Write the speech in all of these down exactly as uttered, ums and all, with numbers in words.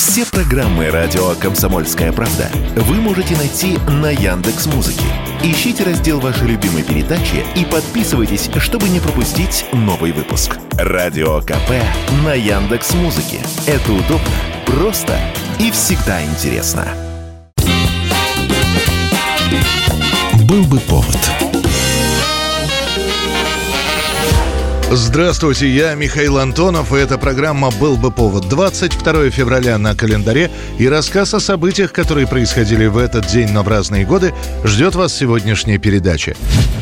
Все программы радио «Комсомольская правда» вы можете найти на Яндекс.Музыке. Ищите раздел вашей любимой передачи и подписывайтесь, чтобы не пропустить новый выпуск. Радио КП на Яндекс.Музыке. Это удобно, просто и всегда интересно. Был бы повод. Здравствуйте, я Михаил Антонов, и эта программа «Был бы повод». двадцать второе февраля на календаре, и рассказ о событиях, которые происходили в этот день, но в разные годы, ждет вас сегодняшняя передача.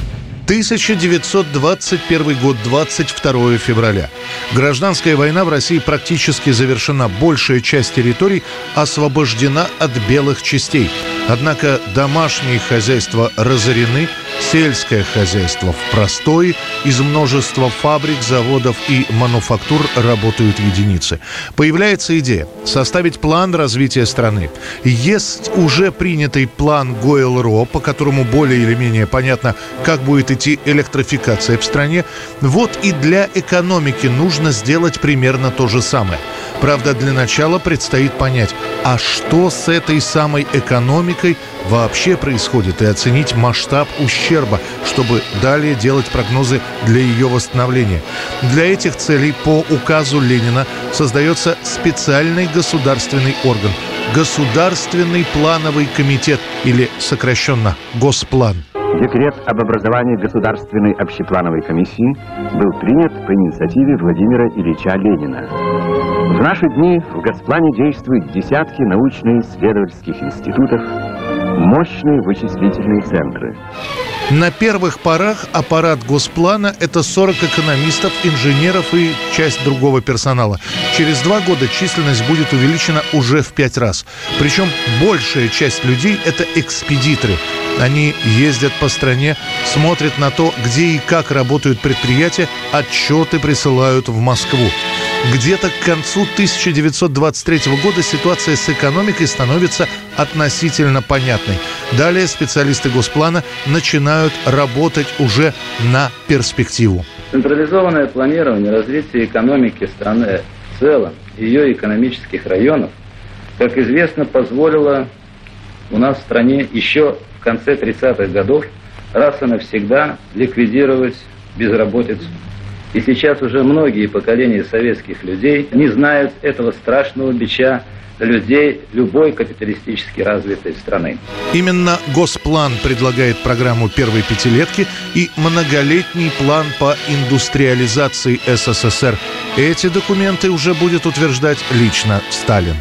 тысяча девятьсот двадцать первый год, двадцать второе февраля. Гражданская война в России практически завершена. Большая часть территорий освобождена от белых частей. Однако домашние хозяйства разорены, сельское хозяйство в простое, из множества фабрик, заводов и мануфактур работают единицы. Появляется идея составить план развития страны. Есть уже принятый план Гойл-Ро, по которому более или менее понятно, как будет идти электрификация в стране. Вот и для экономики нужно сделать примерно то же самое. Правда, для начала предстоит понять, а что с этой самой экономикой вообще происходит, и оценить масштаб ущерба, чтобы далее делать прогнозы для ее восстановления. Для этих целей по указу Ленина создается специальный государственный орган – Государственный плановый комитет, или сокращенно Госплан. Декрет об образовании Государственной общеплановой комиссии был принят по инициативе Владимира Ильича Ленина. В наши дни в Госплане действуют десятки научно-исследовательских институтов, мощные вычислительные центры. На первых порах аппарат Госплана – это сорок экономистов, инженеров и часть другого персонала. Через два года численность будет увеличена уже в пять раз. Причем большая часть людей – это экспедиторы. Они ездят по стране, смотрят на то, где и как работают предприятия, отчеты присылают в Москву. Где-то к концу тысяча девятьсот двадцать третьего года ситуация с экономикой становится относительно понятной. Далее специалисты Госплана начинают работать уже на перспективу. Централизованное планирование развития экономики страны в целом, ее экономических районов, как известно, позволило у нас в стране еще в конце тридцатых годов раз и навсегда ликвидировать безработицу. И сейчас уже многие поколения советских людей не знают этого страшного бича людей любой капиталистически развитой страны. Именно Госплан предлагает программу первой пятилетки и многолетний план по индустриализации СССР. Эти документы уже будет утверждать лично Сталин.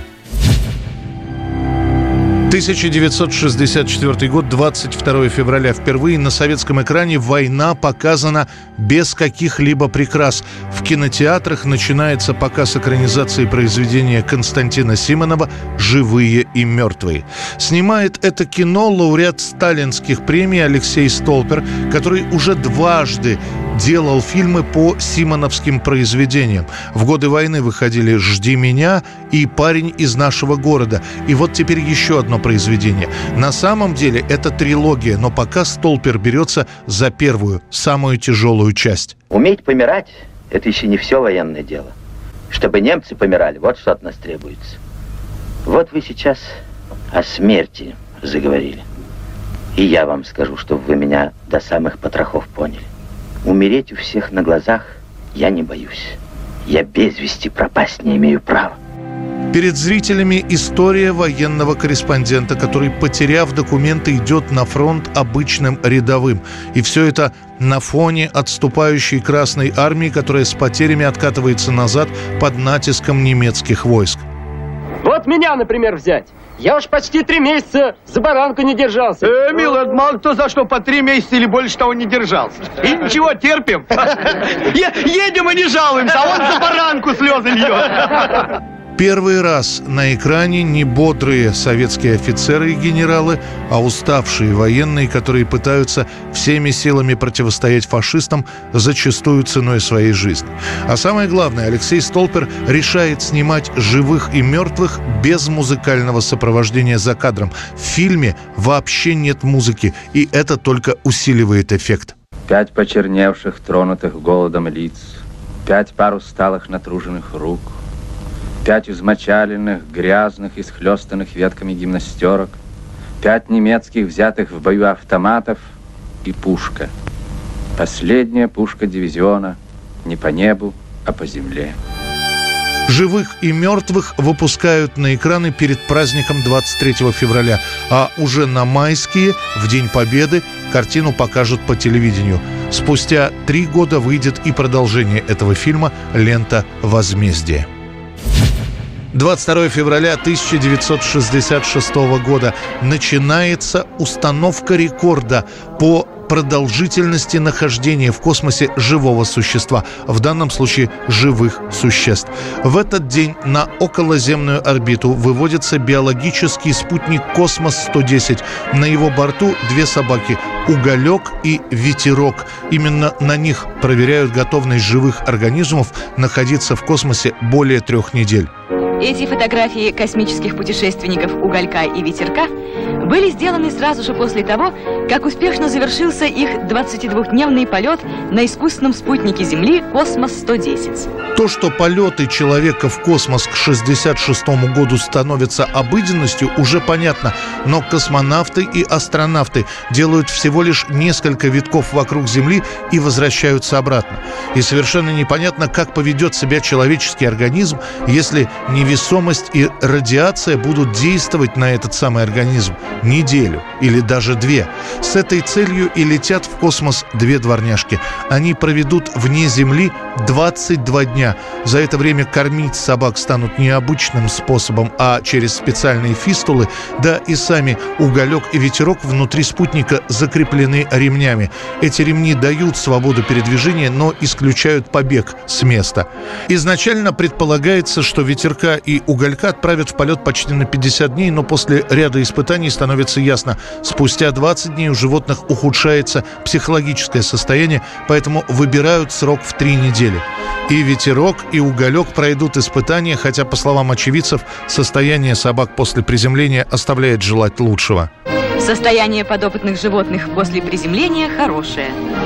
тысяча девятьсот шестьдесят четвёртый год, двадцать второе февраля. Впервые на советском экране война показана без каких-либо прикрас. В кинотеатрах начинается показ экранизации произведения Константина Симонова «Живые и мертвые». Снимает это кино лауреат сталинских премий Алексей Столпер, который уже дважды делал фильмы по симоновским произведениям. В годы войны выходили «Жди меня» и «Парень из нашего города». И вот теперь еще одно произведение. На самом деле это трилогия, но пока Столпер берется за первую, самую тяжелую часть. Уметь помирать – это еще не все военное дело. Чтобы немцы помирали, вот что от нас требуется. Вот вы сейчас о смерти заговорили. И я вам скажу, чтобы вы меня до самых потрохов поняли. Умереть у всех на глазах я не боюсь. Я без вести пропасть не имею права. Перед зрителями история военного корреспондента, который, потеряв документы, идет на фронт обычным рядовым. И все это на фоне отступающей Красной армии, которая с потерями откатывается назад под натиском немецких войск. Вот меня, например, взять. Я уж почти три месяца за баранку не держался. Э, милый, мало кто за что по три месяца или больше того не держался. И ничего, терпим. Едем и не жалуемся, а он за баранку слезы льет. Первый раз на экране не бодрые советские офицеры и генералы, а уставшие военные, которые пытаются всеми силами противостоять фашистам, зачастую ценой своей жизни. А самое главное, Алексей Столпер решает снимать живых и мертвых без музыкального сопровождения за кадром. В фильме вообще нет музыки, и это только усиливает эффект. Пять почерневших, тронутых голодом лиц, пять пар усталых, натруженных рук. пять измочаленных, грязных и схлестанных ветками гимнастерок, пять немецких взятых в бою автоматов и пушка. Последняя пушка дивизиона не по небу, а по земле. «Живых и мертвых» выпускают на экраны перед праздником двадцать третьего февраля, а уже на майские, в День Победы, картину покажут по телевидению. Спустя три года выйдет и продолжение этого фильма «Лента возмездия». двадцать второго февраля тысяча девятьсот шестьдесят шестого года начинается установка рекорда по продолжительности нахождения в космосе живого существа, в данном случае живых существ. В этот день на околоземную орбиту выводится биологический спутник «Космос сто десять». На его борту две собаки – Уголек и Ветерок. Именно на них проверяют готовность живых организмов находиться в космосе более трех недель. Эти фотографии космических путешественников Уголька и Ветерка были сделаны сразу же после того, как успешно завершился их двадцатидвухдневный полет на искусственном спутнике Земли «Космос сто десять». То, что полеты человека в космос к шестьдесят шестому году становятся обыденностью, уже понятно. Но космонавты и астронавты делают всего лишь несколько витков вокруг Земли и возвращаются обратно. И совершенно непонятно, как поведет себя человеческий организм, если невесомость и радиация будут действовать на этот самый организм неделю или даже две. С этой целью и летят в космос две дворняжки. Они проведут вне Земли двадцать два дня. За это время кормить собак станут не обычным способом, а через специальные фистулы, да и сами Уголек и Ветерок внутри спутника закреплены ремнями. Эти ремни дают свободу передвижения, но исключают побег с места. Изначально предполагается, что Ветерка и Уголька отправят в полет почти на пятьдесят дней, но после ряда испытаний становится ясно, спустя двадцать дней у животных ухудшается психологическое состояние, поэтому выбирают срок в три недели. И Ветерок, и Уголек пройдут испытания, хотя, по словам очевидцев, состояние собак после приземления оставляет желать лучшего. Состояние подопытных животных после приземления хорошее.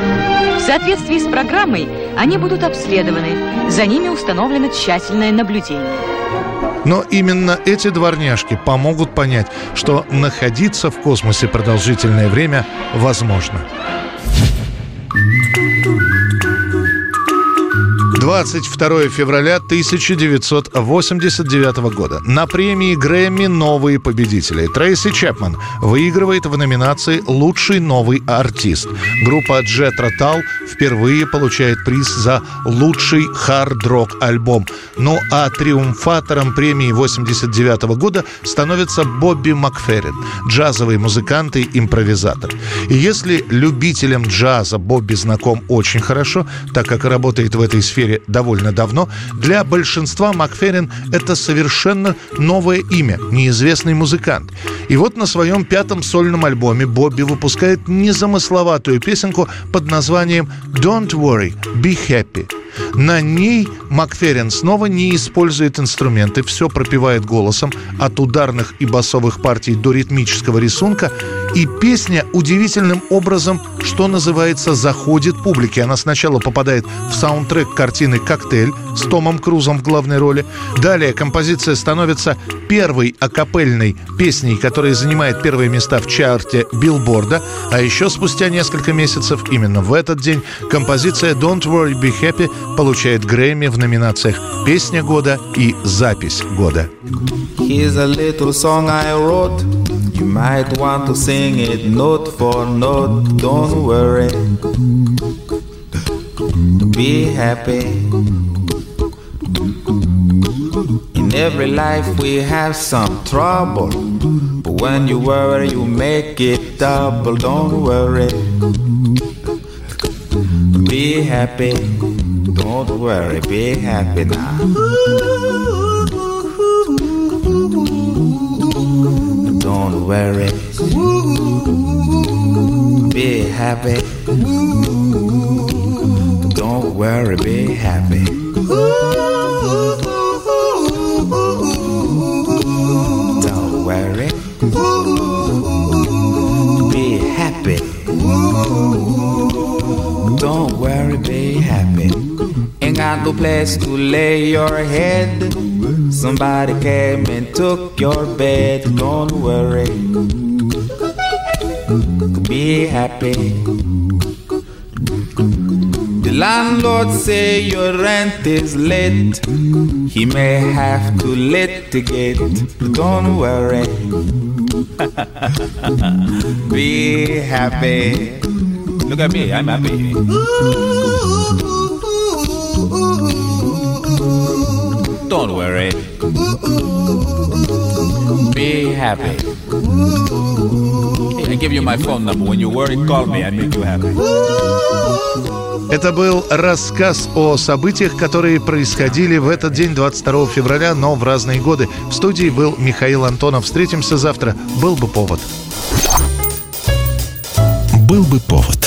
В соответствии с программой они будут обследованы. За ними установлено тщательное наблюдение. Но именно эти дворняжки помогут понять, что находиться в космосе продолжительное время возможно. двадцать второго февраля тысяча девятьсот восемьдесят девятого года. На премии Грэмми новые победители. Трейси Чепман выигрывает в номинации «Лучший новый артист». Группа Джethro Tull впервые получает приз за лучший хард-рок альбом. Ну а триумфатором премии восемьдесят девятого года становится Бобби Макферрин, джазовый музыкант и импровизатор. И если любителям джаза Бобби знаком очень хорошо, так как работает в этой сфере довольно давно, для большинства Макферрин — это совершенно новое имя, неизвестный музыкант. И вот на своем пятом сольном альбоме Бобби выпускает незамысловатую песенку под названием «Don't worry, be happy». На ней Макферрин снова не использует инструменты, все пропевает голосом, от ударных и басовых партий до ритмического рисунка, и песня удивительным образом, что называется, заходит публике. Она сначала попадает в саундтрек картины «Коктейль» с Томом Крузом в главной роли. Далее композиция становится первой акапельной песней, которая занимает первые места в чарте Билборда, а еще спустя несколько месяцев, именно в этот день, композиция «Don't worry, be happy» получает Грэмми в номинациях «Песня года» и «Запись года». Here's a little song I wrote. You might want to sing it note for note. Don't worry, be happy. In every life we have some trouble, but when you worry you make it double. Don't worry, be happy. Don't worry, be happy now. Don't worry, be happy. Don't worry, be happy. Don't worry, be happy. Don't worry, be happy. Ain't got no place to lay your head, so Somebody came and took your bed. Don't worry, be happy. The landlord say your rent is late. He may have to litigate. Don't worry, be happy. Look at me, I'm happy. Don't worry, be happy. I give you my phone number. When you worry, call me. I make you happy. Это был рассказ о событиях, которые происходили в этот день, двадцать второго февраля, но в разные годы. В студии был Михаил Антонов. Встретимся завтра. Был бы повод. Был бы повод.